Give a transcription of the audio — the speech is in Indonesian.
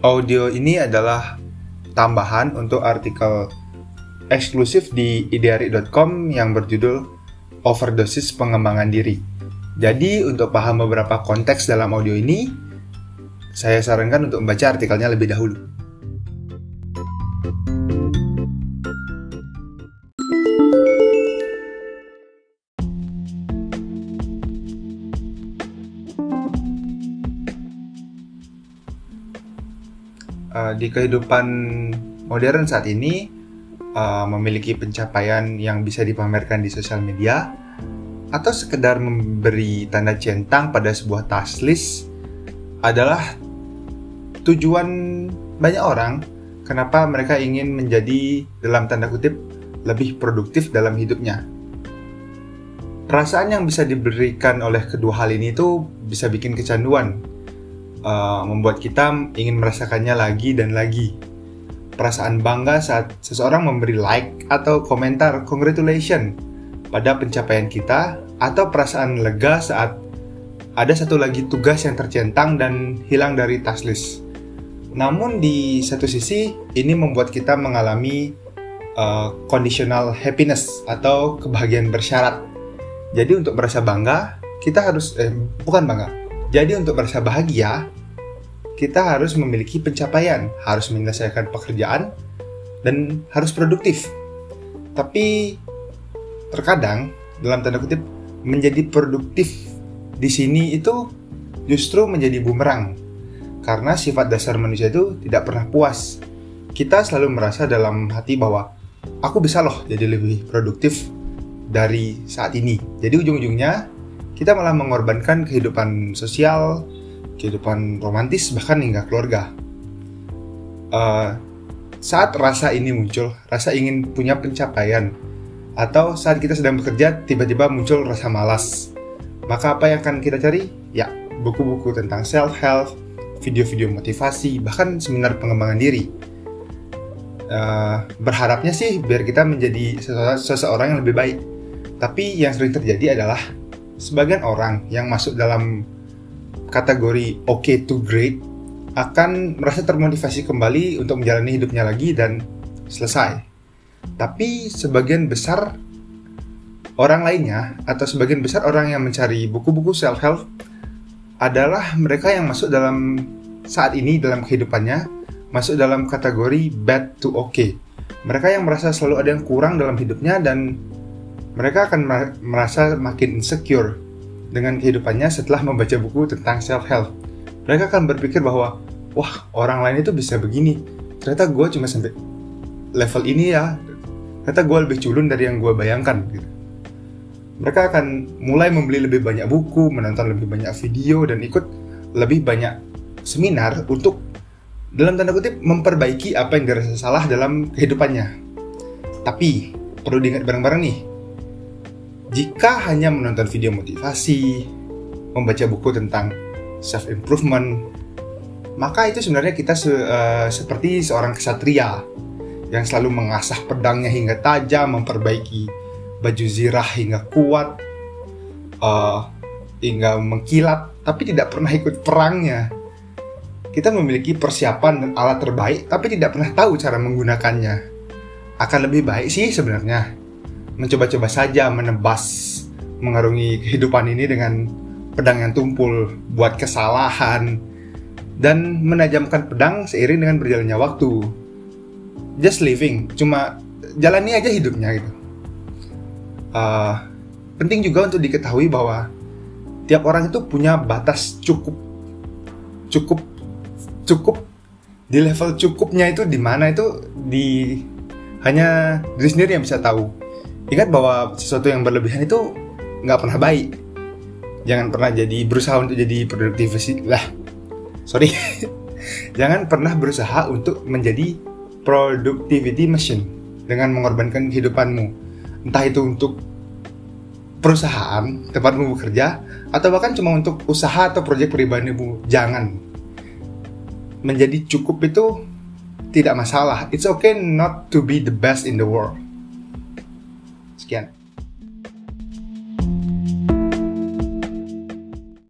Audio ini adalah tambahan untuk artikel eksklusif di ideari.com yang berjudul Overdosis Pengembangan Diri. Jadi untuk paham beberapa konteks dalam audio ini, saya sarankan untuk membaca artikelnya lebih dahulu. Di kehidupan modern saat ini, memiliki pencapaian yang bisa dipamerkan di sosial media atau sekedar memberi tanda centang pada sebuah task list adalah tujuan banyak orang kenapa mereka ingin menjadi, dalam tanda kutip, lebih produktif dalam hidupnya. Perasaan yang bisa diberikan oleh kedua hal ini itu bisa bikin kecanduan, membuat kita ingin merasakannya lagi dan lagi. Perasaan bangga saat seseorang memberi like atau komentar congratulations pada pencapaian kita, atau perasaan lega saat ada satu lagi tugas yang tercentang dan hilang dari task list. Namun di satu sisi ini membuat kita mengalami conditional happiness atau kebahagiaan bersyarat. Jadi untuk merasa bangga, kita harus Jadi untuk merasa bahagia, kita harus memiliki pencapaian, harus menyelesaikan pekerjaan, dan harus produktif. Tapi terkadang, dalam tanda kutip, menjadi produktif di sini itu justru menjadi bumerang. Karena sifat dasar manusia itu tidak pernah puas. Kita selalu merasa dalam hati bahwa aku bisa loh jadi lebih produktif dari saat ini. Jadi ujung-ujungnya kita malah mengorbankan kehidupan sosial, kehidupan romantis, bahkan hingga keluarga. Saat rasa ini muncul, rasa ingin punya pencapaian, atau saat kita sedang bekerja tiba-tiba muncul rasa malas, maka apa yang akan kita cari? Ya, buku-buku tentang self-help, video-video motivasi, bahkan seminar pengembangan diri. Berharapnya sih biar kita menjadi seseorang yang lebih baik. Tapi yang sering terjadi adalah sebagian orang yang masuk dalam kategori okay to great akan merasa termotivasi kembali untuk menjalani hidupnya lagi dan selesai. Tapi sebagian besar orang lainnya, atau sebagian besar orang yang mencari buku-buku self-help adalah mereka yang masuk dalam saat ini dalam kehidupannya, masuk dalam kategori bad to okay. Mereka yang merasa selalu ada yang kurang dalam hidupnya, dan mereka akan merasa makin insecure dengan kehidupannya setelah membaca buku tentang self-help. Mereka akan berpikir bahwa, wah, orang lain itu bisa begini, ternyata gue cuma sampai level ini ya, ternyata gue lebih culun dari yang gue bayangkan gitu. Mereka akan mulai membeli lebih banyak buku, menonton lebih banyak video, dan ikut lebih banyak seminar untuk, dalam tanda kutip, memperbaiki apa yang dirasa salah dalam kehidupannya. Tapi perlu diingat bareng-bareng nih, jika hanya menonton video motivasi, membaca buku tentang self-improvement, maka itu sebenarnya kita seperti seorang ksatria yang selalu mengasah pedangnya hingga tajam, memperbaiki baju zirah hingga kuat, hingga mengkilat, tapi tidak pernah ikut perangnya. Kita memiliki persiapan dan alat terbaik, tapi tidak pernah tahu cara menggunakannya. Akan lebih baik sih sebenarnya mencoba-coba saja menebas, mengarungi kehidupan ini dengan pedang yang tumpul, buat kesalahan, dan menajamkan pedang seiring dengan berjalannya waktu. Just living, cuma jalani aja hidupnya gitu. Penting juga untuk diketahui bahwa tiap orang itu punya batas cukup. Di level cukupnya itu di mana itu hanya diri sendiri yang bisa tahu. Ingat bahwa sesuatu yang berlebihan itu nggak pernah baik. Jangan pernah berusaha untuk jadi Jangan pernah berusaha untuk menjadi productivity machine dengan mengorbankan kehidupanmu. Entah itu untuk perusahaan, tempatmu bekerja, atau bahkan cuma untuk usaha atau proyek pribadimu. Jangan. Menjadi cukup itu tidak masalah. It's okay not to be the best in the world. Sekian.